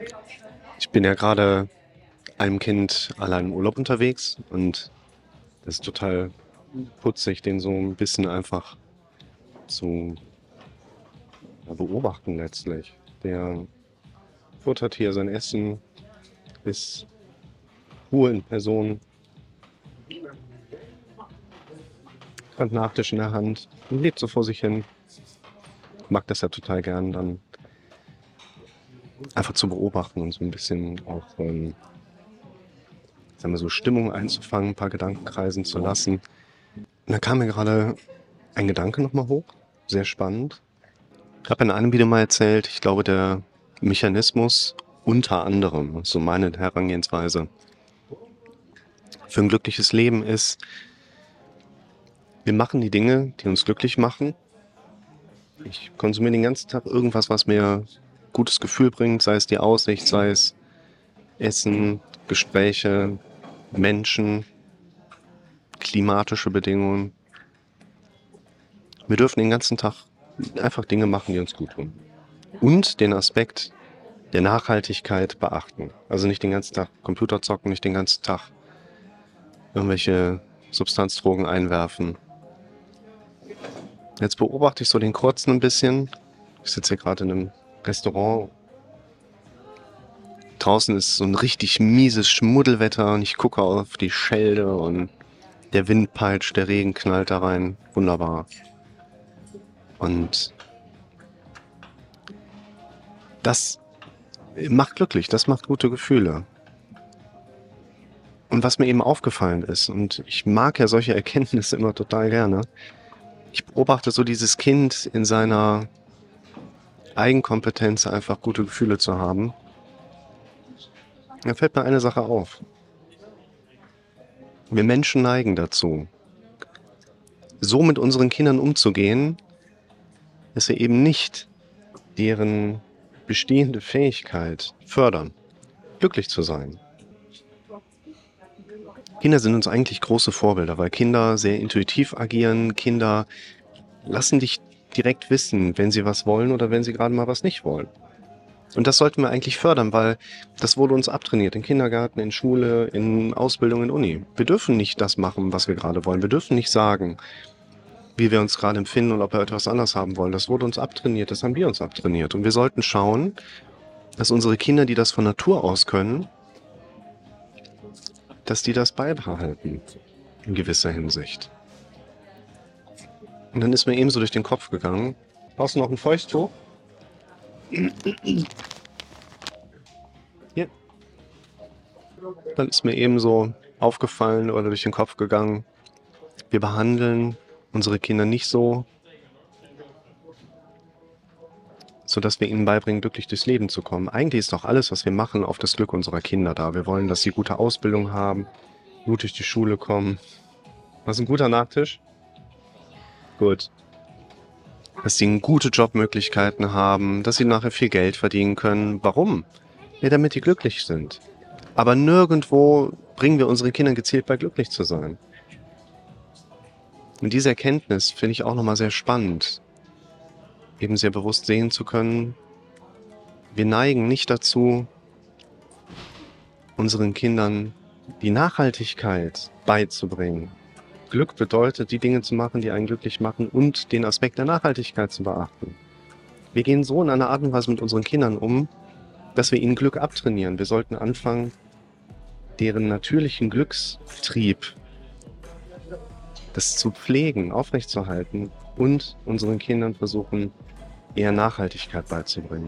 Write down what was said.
Ich bin ja gerade einem Kind allein im Urlaub unterwegs und das ist total putzig, den so ein bisschen einfach zu beobachten letztlich. Der futtert hier sein Essen, ist Ruhe in Person, hat einen Nachtisch in der Hand und lebt so vor sich hin. Mag das ja total gern, dann einfach zu beobachten und so ein bisschen auch, sagen wir so, Stimmung einzufangen, ein paar Gedanken kreisen zu lassen. Und da kam mir gerade ein Gedanke nochmal hoch, sehr spannend. Ich habe in einem Video mal erzählt, ich glaube, der Mechanismus unter anderem, so meine Herangehensweise für ein glückliches Leben ist, wir machen die Dinge, die uns glücklich machen. Ich konsumiere den ganzen Tag irgendwas, was mir gutes Gefühl bringt, sei es die Aussicht, sei es Essen, Gespräche, Menschen, klimatische Bedingungen. Wir dürfen den ganzen Tag einfach Dinge machen, die uns gut tun. Und den Aspekt der Nachhaltigkeit beachten. Also nicht den ganzen Tag Computer zocken, nicht den ganzen Tag irgendwelche Substanzdrogen einwerfen. Jetzt beobachte ich so den Kurzen ein bisschen. Ich sitze hier gerade in einem Restaurant. Draußen ist so ein richtig mieses Schmuddelwetter und ich gucke auf die Schelde und der Wind peitscht, der Regen knallt da rein. Wunderbar. Und das macht glücklich, das macht gute Gefühle. Und was mir eben aufgefallen ist, und ich mag ja solche Erkenntnisse immer total gerne, ich beobachte so dieses Kind in seiner Eigenkompetenz, einfach gute Gefühle zu haben. Da fällt mir eine Sache auf. Wir Menschen neigen dazu, so mit unseren Kindern umzugehen, dass wir eben nicht deren bestehende Fähigkeit fördern, glücklich zu sein. Kinder sind uns eigentlich große Vorbilder, weil Kinder sehr intuitiv agieren. Kinder lassen dich direkt wissen, wenn sie was wollen oder wenn sie gerade mal was nicht wollen. Und das sollten wir eigentlich fördern, weil das wurde uns abtrainiert. In Kindergarten, in Schule, in Ausbildung, in Uni. Wir dürfen nicht das machen, was wir gerade wollen. Wir dürfen nicht sagen, wie wir uns gerade empfinden und ob wir etwas anders haben wollen. Das wurde uns abtrainiert, das haben wir uns abtrainiert. Und wir sollten schauen, dass unsere Kinder, die das von Natur aus können, dass die das beibehalten, in gewisser Hinsicht. Und dann ist mir ebenso durch den Kopf gegangen, brauchst du noch ein Feuchttuch? Hier. Dann ist mir ebenso aufgefallen oder durch den Kopf gegangen, wir behandeln unsere Kinder nicht so, sodass wir ihnen beibringen, glücklich durchs Leben zu kommen. Eigentlich ist doch alles, was wir machen, auf das Glück unserer Kinder da. Wir wollen, dass sie gute Ausbildung haben, gut durch die Schule kommen. Was ist ein guter Nachtisch? Gut. Dass sie gute Jobmöglichkeiten haben, dass sie nachher viel Geld verdienen können. Warum? Ja, damit die glücklich sind. Aber nirgendwo bringen wir unsere Kinder gezielt bei, glücklich zu sein. Und diese Erkenntnis finde ich auch nochmal sehr spannend, eben sehr bewusst sehen zu können, wir neigen nicht dazu, unseren Kindern die Nachhaltigkeit beizubringen. Glück bedeutet, die Dinge zu machen, die einen glücklich machen und den Aspekt der Nachhaltigkeit zu beachten. Wir gehen so in einer Art und Weise mit unseren Kindern um, dass wir ihnen Glück abtrainieren. Wir sollten anfangen, deren natürlichen Glückstrieb, das zu pflegen, aufrechtzuerhalten und unseren Kindern versuchen, eher Nachhaltigkeit beizubringen.